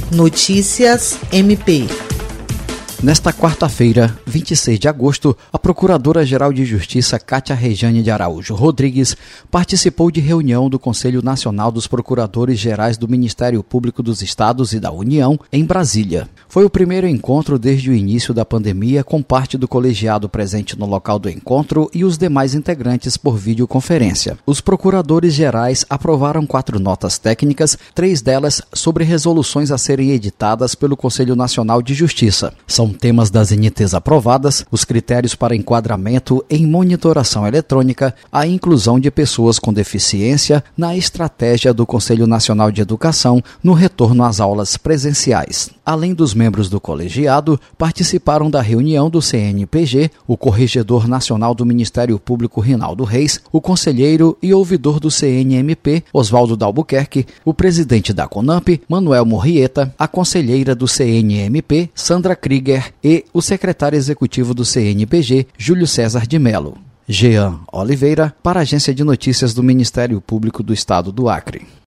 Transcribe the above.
Notícias MP. Nesta quarta-feira, 26 de agosto, a Procuradora-Geral de Justiça Kátia Rejane de Araújo Rodrigues participou de reunião do Conselho Nacional dos Procuradores-Gerais do Ministério Público dos Estados e da União, em Brasília. Foi o primeiro encontro desde o início da pandemia, com parte do colegiado presente no local do encontro e os demais integrantes por videoconferência. Os procuradores-gerais aprovaram 4 notas técnicas, 3 delas sobre resoluções a serem editadas pelo Conselho Nacional de Justiça. São temas das NTs aprovadas, os critérios para enquadramento em monitoração eletrônica, a inclusão de pessoas com deficiência na estratégia do Conselho Nacional de Educação no retorno às aulas presenciais. Além dos membros do colegiado, participaram da reunião do CNPG, o Corregedor Nacional do Ministério Público Rinaldo Reis, o conselheiro e ouvidor do CNMP, Oswaldo Dalbuquerque, o presidente da CONAMP, Manuel Murrieta, a conselheira do CNMP, Sandra Krieger, e o secretário executivo do CNPG, Júlio César de Mello. Jean Oliveira, para a Agência de Notícias do Ministério Público do Estado do Acre.